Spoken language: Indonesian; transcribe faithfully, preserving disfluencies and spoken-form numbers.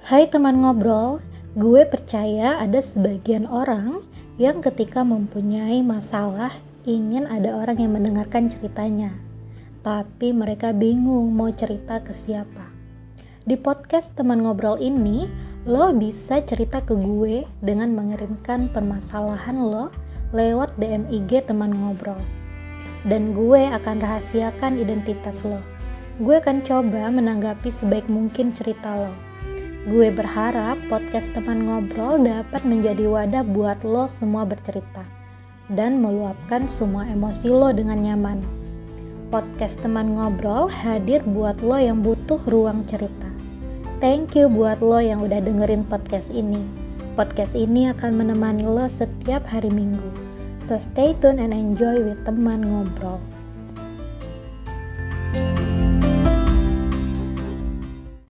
Hai teman ngobrol, gue percaya ada sebagian orang yang ketika mempunyai masalah ingin ada orang yang mendengarkan ceritanya. Tapi mereka bingung mau cerita ke siapa. Di podcast teman ngobrol ini, lo bisa cerita ke gue dengan mengirimkan permasalahan lo lewat D M I G teman ngobrol. Dan gue akan rahasiakan identitas lo. Gue akan coba menanggapi sebaik mungkin cerita lo. Gue berharap podcast teman ngobrol dapat menjadi wadah buat lo semua bercerita dan meluapkan semua emosi lo dengan nyaman. Podcast teman ngobrol hadir buat lo yang butuh ruang cerita. Thank you buat lo yang udah dengerin podcast ini. Podcast ini akan menemani lo setiap hari Minggu. So stay tune and enjoy with teman ngobrol.